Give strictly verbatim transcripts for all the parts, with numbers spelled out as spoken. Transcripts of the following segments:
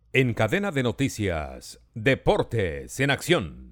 En Cadena de Noticias, Deportes en Acción.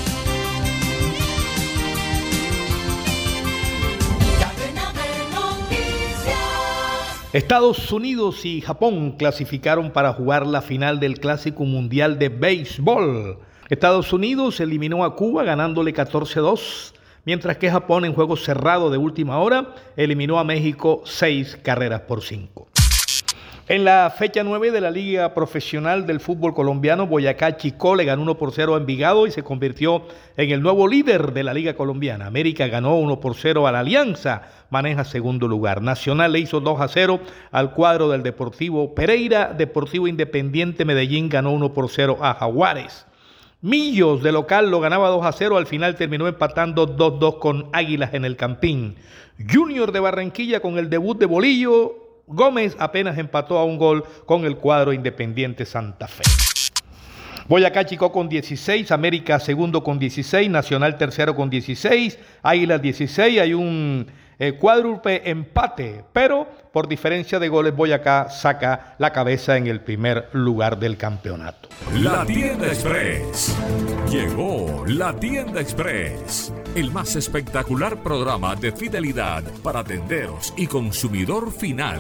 Estados Unidos y Japón clasificaron para jugar la final del Clásico Mundial de Béisbol. Estados Unidos eliminó a Cuba ganándole catorce a dos, mientras que Japón en juego cerrado de última hora eliminó a México seis carreras por cinco. En la fecha nueve de la Liga Profesional del Fútbol Colombiano, Boyacá Chicó le ganó uno por cero a Envigado y se convirtió en el nuevo líder de la Liga Colombiana. América ganó uno por cero a la Alianza, maneja segundo lugar. Nacional le hizo dos a cero al cuadro del Deportivo Pereira. Deportivo Independiente Medellín ganó uno por cero a Jaguares. Millos de local lo ganaba dos a cero, al final terminó empatando dos a dos con Águilas en el Campín. Junior de Barranquilla con el debut de Bolillo Gómez apenas empató a un gol con el cuadro Independiente Santa Fe. Boyacá Chicó con dieciséis, América segundo con dieciséis, Nacional tercero con dieciséis, Águilas dieciséis, hay un eh, cuádruple empate, pero por diferencia de goles Boyacá saca la cabeza en el primer lugar del campeonato. La Tienda Express. Llegó La Tienda Express, el más espectacular programa de fidelidad para tenderos y consumidor final.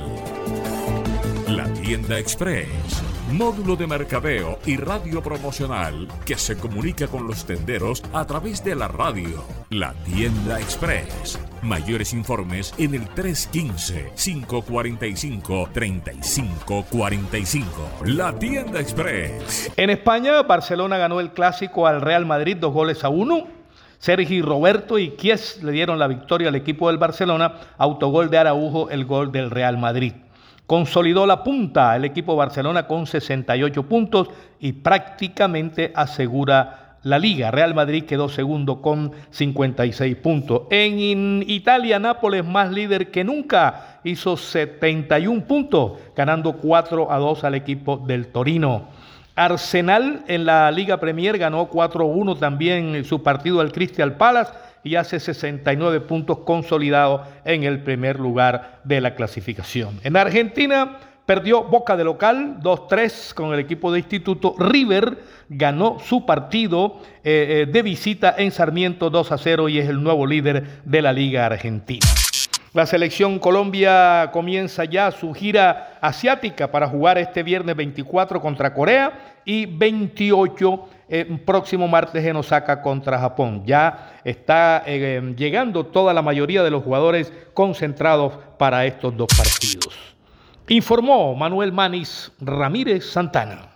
La Tienda Express, módulo de mercadeo y radio promocional que se comunica con los tenderos a través de la radio. La Tienda Express. Mayores informes en el tres uno cinco, cinco cuatro cinco, tres cinco cuatro cinco. La Tienda Express. En España, Barcelona ganó el clásico al Real Madrid dos goles a uno. Sergi Roberto y Kies le dieron la victoria al equipo del Barcelona. Autogol de Araujo, el gol del Real Madrid. Consolidó la punta el equipo Barcelona con sesenta y ocho puntos y prácticamente asegura la Liga. Real Madrid quedó segundo con cincuenta y seis puntos. En Italia, Nápoles, más líder que nunca, hizo setenta y un puntos, ganando cuatro a dos al equipo del Torino. Arsenal en la Liga Premier ganó cuatro a uno también su partido al Crystal Palace y hace sesenta y nueve puntos, consolidados en el primer lugar de la clasificación. En Argentina perdió Boca de local dos a tres con el equipo de Instituto. River ganó su partido eh, eh, de visita en Sarmiento dos a cero y es el nuevo líder de la Liga Argentina. La selección Colombia comienza ya su gira asiática para jugar este viernes veinticuatro contra Corea y veintiocho eh, próximo martes en Osaka contra Japón. Ya está eh, llegando toda la mayoría de los jugadores concentrados para estos dos partidos. Informó Manuel Manis Ramírez Santana.